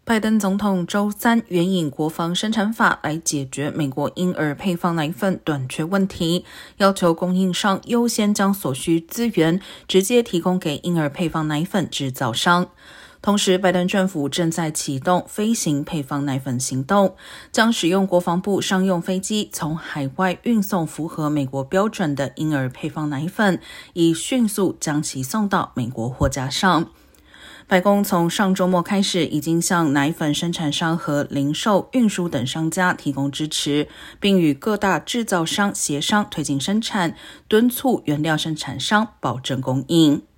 拜登总统周三援引国防生产法来解决美国婴儿配方奶粉短缺问题，要求供应商优先将所需资源直接提供给婴儿配方奶粉制造商。同时，拜登政府正在启动飞行配方奶粉行动，将使用国防部商用飞机从海外运送符合美国标准的婴儿配方奶粉，以迅速将其送到美国货架上。白宫从上周末开始已经向奶粉生产商和零售、运输等商家提供支持，并与各大制造商协商推进生产，敦促原料生产商保证供应。